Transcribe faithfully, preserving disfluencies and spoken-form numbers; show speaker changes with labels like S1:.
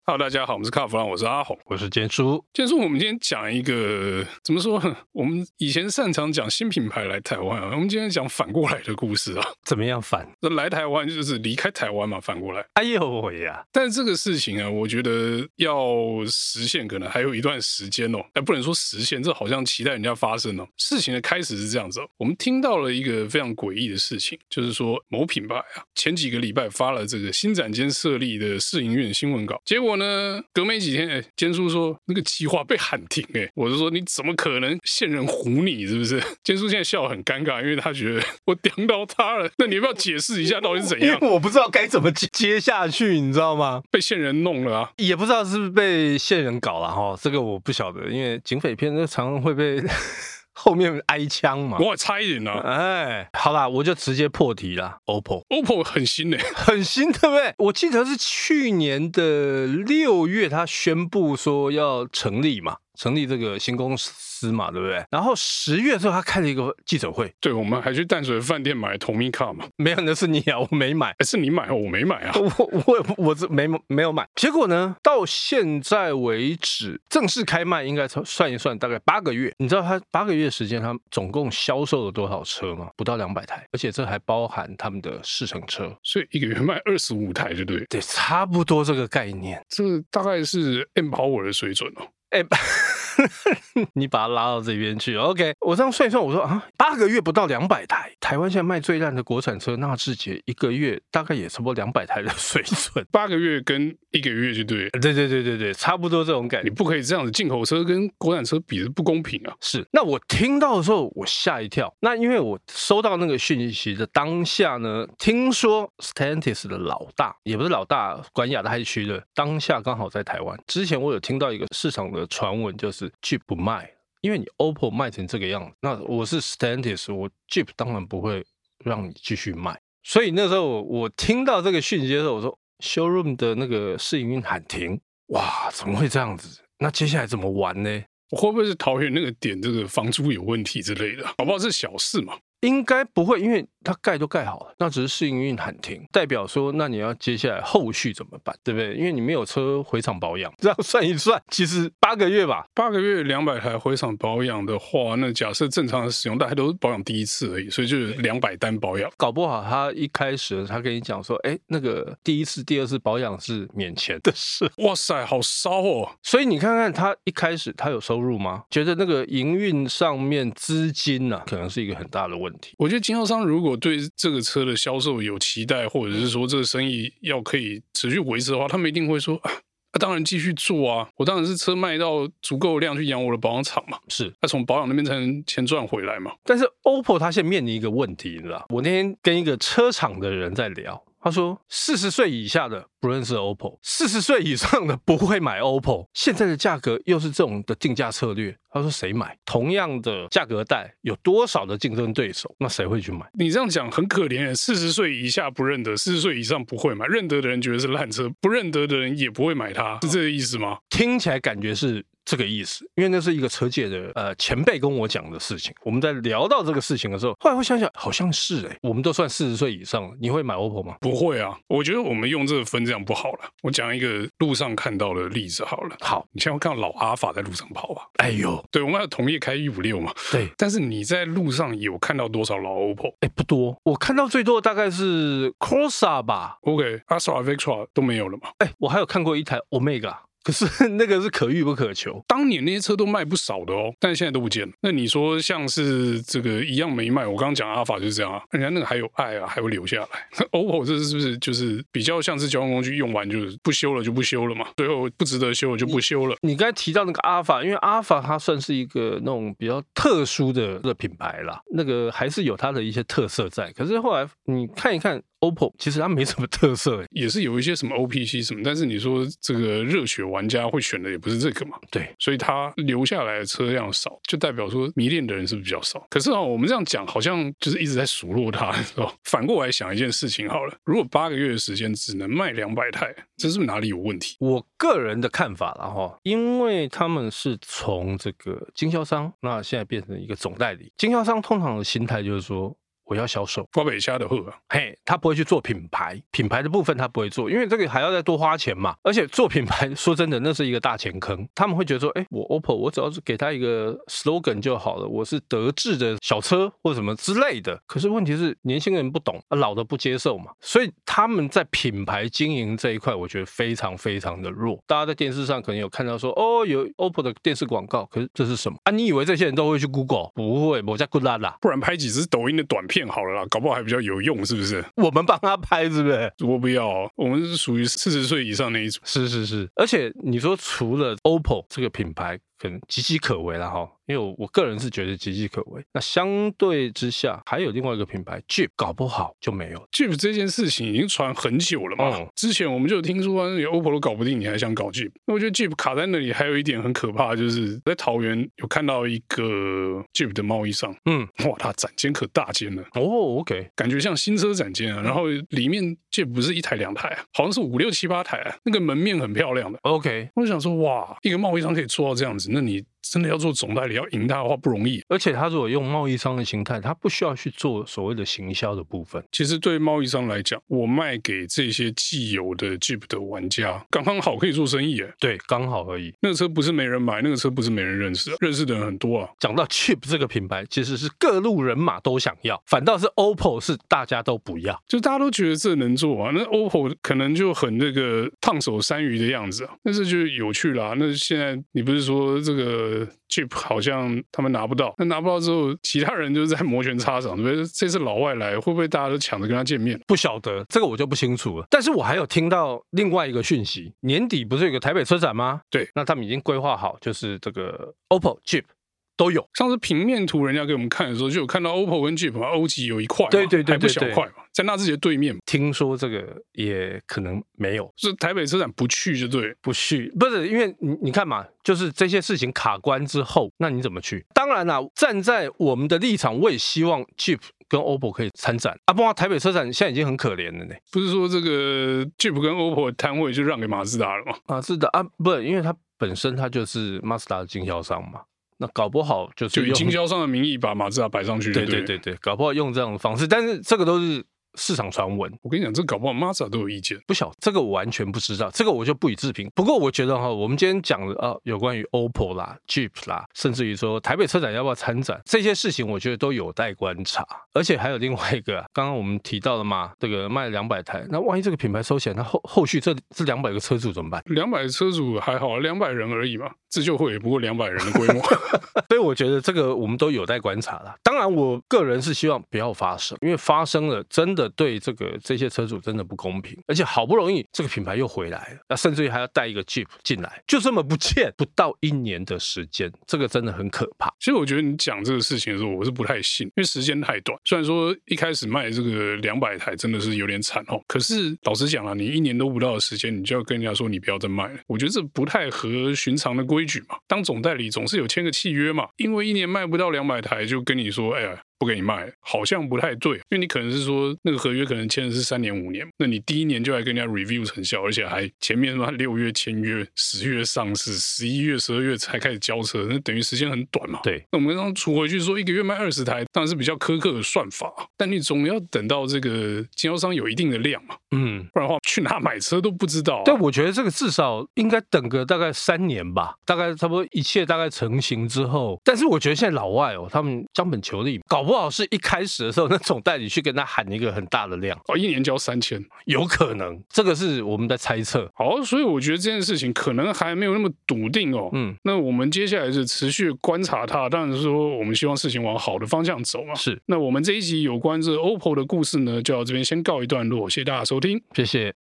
S1: Hello， 大家好，我们是卡弗朗，我是阿红，
S2: 我是坚叔。
S1: 坚叔，我们今天讲一个怎么说？我们以前擅长讲新品牌来台湾啊，我们今天讲反过来的故事啊。
S2: 怎么样反？
S1: 来台湾就是离开台湾嘛，反过来。
S2: 哎呦喂呀！
S1: 但是这个事情啊，我觉得要实现可能还有一段时间哦。哎，不能说实现，这好像期待人家发生哦。事情的开始是这样子哦，我们听到了一个非常诡异的事情，就是说某品牌啊，前几个礼拜发了这个新展间设立的试营运新闻稿，结果呢，隔没几天，哎，坚叔说那个计划被喊停，哎，我就说你怎么可能线人唬你，是不是？坚叔现在笑得很尴尬，因为他觉得我刁到他了。那你要不要解释一下到底是怎样？
S2: 因为我不知道该怎么接下去，你知道吗？
S1: 被线人弄了啊，
S2: 也不知道是不是被线人搞了哈，这个我不晓得，因为警匪片常常会被后面挨枪嘛。
S1: 我差一点啊！
S2: 哎，好啦，我就直接破题啦。O P P O，O
S1: P P O 很新诶，
S2: 很新，对不对？我记得是去年的六月，他宣布说要成立嘛，成立这个新公司嘛，对不对？然后十月之后，他开了一个记者会。
S1: 对，我们还去淡水饭店买 Tomica 嘛。
S2: 没有，那是你啊，我没买。
S1: 是你买，我没买啊。
S2: 我我我是没没有买。结果呢，到现在为止，正式开卖应该算一算，大概八个月。你知道他八个月的时间，他总共销售了多少车吗？不到两百台，而且这还包含他们的试乘车。
S1: 所以一个月卖二十五台，对不对？
S2: 对，差不多这个概念。
S1: 这大概是 M-Power 的水准哦。
S2: 哎，你把它拉到这边去 ，OK？ 我这样算一算，我说啊，八个月不到两百台，台湾现在卖最烂的国产车纳智捷，一个月大概也差不多两百台的水准。
S1: 八个月跟一个月就对了，
S2: 对对对对对，差不多这种感觉。
S1: 你不可以这样子，进口车跟国产车比是不公平啊。
S2: 是，那我听到的时候，我吓一跳。那因为我收到那个讯息的当下呢，听说 Stellantis 的老大，也不是老大，管亚太区的，当下刚好在台湾。之前我有听到一个市场的传闻，就是 Jeep 不卖，因为你 O P P O 卖成这个样子，那我是 Stellantis， 我 Jeep 当然不会让你继续卖。所以那时候我我听到这个讯息的时候，我说 showroom 的那个试营运喊停，哇，怎么会这样子？那接下来怎么玩呢？
S1: 我会不会是桃园那个点这个房租有问题之类的？搞不好是小事嘛。
S2: 应该不会，因为它盖都盖好了，那只是试营运喊停，代表说那你要接下来后续怎么办，对不对？因为你没有车回厂保养，这样算一算，其实八个月吧，
S1: 八个月两百台回厂保养的话，那假设正常的使用，大概都是保养第一次而已，所以就是两百单保养。
S2: 搞不好他一开始他跟你讲说，哎，那个第一次、第二次保养是免钱的事。
S1: 哇塞，好烧哦！
S2: 所以你看看他一开始他有收入吗？觉得那个营运上面资金啊，可能是一个很大的问题。
S1: 我觉得经销商如果对这个车的销售有期待，或者是说这个生意要可以持续维持的话，他们一定会说啊，啊当然继续做啊，我当然是车卖到足够量去养我的保养厂嘛，
S2: 是，
S1: 那从保养那边才能钱赚回来嘛。
S2: 但是 O P P O 它现在面临一个问题，你知道，我那天跟一个车厂的人在聊。他说四十岁以下的不认识 O P P O， 四十岁以上的不会买 O P P O， 现在的价格又是这种的定价策略，他说谁买？同样的价格带有多少的竞争对手，那谁会去买？
S1: 你这样讲很可怜，四十岁以下不认得，四十岁以上不会买，认得的人觉得是烂车，不认得的人也不会买它，是这个意思吗？
S2: 听起来感觉是这个意思，因为那是一个车界的呃前辈跟我讲的事情。我们在聊到这个事情的时候，后来会想想，好像是哎、欸，我们都算四十岁以上了，你会买 O P P O 吗？
S1: 不会啊，我觉得我们用这个分这样不好了。我讲一个路上看到的例子好了。
S2: 好，
S1: 你现在会看到老阿法在路上跑吧？
S2: 哎呦，
S1: 对，我们还有同业开一五六嘛。
S2: 对，
S1: 但是你在路上有看到多少老 O P P O？
S2: 哎，不多，我看到最多的大概是 Corsa 吧。
S1: OK，Astra、Vectra 都没有了嘛？
S2: 哎，我还有看过一台 Omega。可是那个是可遇不可求，
S1: 当年那些车都卖不少的哦，但是现在都不见了。那你说像是这个一样没卖，我刚刚讲阿法就是这样啊，人家那个还有爱啊，还会留下来。O P P O 这是不是就是比较像是交通工具用完就是不修了就不修了嘛？最后不值得修了就不修了。
S2: 你, 你刚才提到那个阿法，因为阿法它算是一个那种比较特殊的的品牌啦，那个还是有它的一些特色在。可是后来你看一看。O P P O 其实它没什么特色，
S1: 也是有一些什么 O P C 什么，但是你说这个热血玩家会选的也不是这个嘛？
S2: 对，
S1: 所以它留下来的车辆少，就代表说迷恋的人是不是比较少？可是啊、哦，我们这样讲好像就是一直在数落它哦。反过来想一件事情好了，如果八个月的时间只能卖两百台，这是不是哪里有问题？
S2: 我个人的看法啦哈，因为他们是从这个经销商，那现在变成一个总代理，经销商通常的心态就是说。 我要销售，
S1: 瓜北虾的货啊，
S2: 嘿，他不会去做品牌，品牌的部分他不会做，因为这个还要再多花钱嘛。而且做品牌，说真的，那是一个大钱坑。他们会觉得说，哎，我 O P P O， 我只要是给他一个 slogan 就好了，我是德智的小车或什么之类的。可是问题是，年轻人不懂，老的不接受嘛，所以他们在品牌经营这一块，我觉得非常非常的弱。大家在电视上可能有看到说，哦，有 O P P O 的电视广告，可是这是什么啊？你以为这些人都会去 Google？ 不会，我在 Good 啦啦，
S1: 不然拍几支抖音的短片好了啦，搞不好还比较有用，是不是？
S2: 我们帮他拍，是不是？
S1: 我不要、哦，我们是属于四十岁以上那一种。
S2: 是是是，而且你说除了 O P P O 这个品牌可能岌岌可危啦哈，因为我我个人是觉得岌岌可危。那相对之下，还有另外一个品牌 Jeep， 搞不好就没有。
S1: Jeep 这件事情已经传很久了嘛，哦、之前我们就有听说、啊，你 O P P O 都搞不定，你还想搞 Jeep？ 那我觉得 Jeep 卡在那里，还有一点很可怕，就是在桃园有看到一个 Jeep 的贸易商，嗯，哇，他展间可大间了
S2: 哦 ，OK，
S1: 感觉像新车展间啊，然后里面 Jeep 不是一台两台啊，好像是五六七八台啊，那个门面很漂亮的
S2: ，OK，
S1: 我就想说，哇，一个贸易商可以做到这样子，那你真的要做总代理，要赢他的话不容易。
S2: 而且他如果用贸易商的形态，他不需要去做所谓的行销的部分。
S1: 其实对贸易商来讲，我卖给这些既有的 Jeep 的玩家，刚刚好可以做生意耶。
S2: 对，刚好而已。
S1: 那个车不是没人买，那个车不是没人认识，认识的人很多啊。
S2: 讲到 Jeep 这个品牌，其实是各路人马都想要，反倒是 O P P O 是大家都不要，
S1: 就大家都觉得这能做啊。那 O P P O 可能就很那个烫手山芋的样子啊，但是就有趣啦、啊。那现在你不是说这个 Jeep 好像他们拿不到，那拿不到之后，其他人就是在摩拳擦掌，对不对？这次老外来，会不会大家都抢着跟他见面？
S2: 不晓得，这个我就不清楚了。但是我还有听到另外一个讯息，年底不是有个台北车展吗？
S1: 对，
S2: 那他们已经规划好，就是这个 O P P O、Jeep 都有。
S1: 上次平面图人家给我们看的时候，就有看到 O P P O 跟 Jeep 嘛，欧级有一块，
S2: 对对对对对，
S1: 还不小块嘛，在纳智捷对面。
S2: 听说这个也可能没有，
S1: 是台北车展不去就对，
S2: 不去，不是因为你你看嘛，就是这些事情卡关之后，那你怎么去？当然啦，站在我们的立场，我也希望 Jeep 跟 O P P O 可以参展啊，不然台北车展现在已经很可怜了呢。
S1: 不是说这个 Jeep 跟 O P P O 的摊位就让给马自达了吗？
S2: 啊，是的啊，不是，因为它本身它就是马自达的经销商嘛。那搞不好就是
S1: 就以经销商的名义把马自达摆上去，
S2: 对对对对，搞不好用这样的方式，但是这个都是市场传闻。
S1: 我跟你讲，这搞不好马自达都有意见，
S2: 不晓得这个我完全不知道，这个我就不予置评。不过我觉得哈，我们今天讲的啊，有关于 O P P O 啦、Jeep 啦，甚至于说台北车展要不要参展这些事情，我觉得都有待观察。而且还有另外一个、啊，刚刚我们提到了嘛，这个卖两百台，那万一这个品牌收起来，那后后续这这两百个车主怎么办？
S1: 两百车主还好，两百人而已嘛，自救会也不过两百人的规模，
S2: 所以我觉得这个我们都有待观察啦。当然，我个人是希望不要发生，因为发生了真的对这个这些车主真的不公平，而且好不容易这个品牌又回来了，那甚至于还要带一个 Jeep 进来，就这么不见，不到一年的时间，这个真的很可怕。
S1: 其实我觉得你讲这个事情的时候，我是不太信，因为时间太短。虽然说一开始卖这个两百台真的是有点惨哦，可是老实讲啊，你一年都不到的时间，你就要跟人家说你不要再卖了，我觉得这不太合寻常的规矩嘛。当总代理总是有签个契约嘛，因为一年卖不到两百台就跟你说，哎呀，不给你卖，好像不太对，因为你可能是说那个合约可能签的是三年五年，那你第一年就来跟人家 review 成效，而且还前面什么六月签约，十月上市，十一月、十二月才开始交车，那等于时间很短嘛。
S2: 对，
S1: 那我们刚刚除回去说一个月卖二十台，当然是比较苛刻的算法，但你总要等到这个经销商有一定的量嘛，嗯，不然的话去哪买车都不知道、啊。
S2: 对，我觉得这个至少应该等个大概三年吧，大概差不多一切大概成型之后。但是我觉得现在老外哦，他们将本求利，搞不好是一开始的时候那总代理去跟他喊一个很大的量，
S1: 哦，一年交三千，
S2: 有可能，这个是我们在猜测。
S1: 好，所以我觉得这件事情可能还没有那么笃定哦。嗯，那我们接下来是持续观察它，当然是说我们希望事情往好的方向走嘛。
S2: 是，
S1: 那我们这一集有关这 O P P O 的故事呢，就到这边先告一段落，谢谢大家收听，
S2: 谢谢。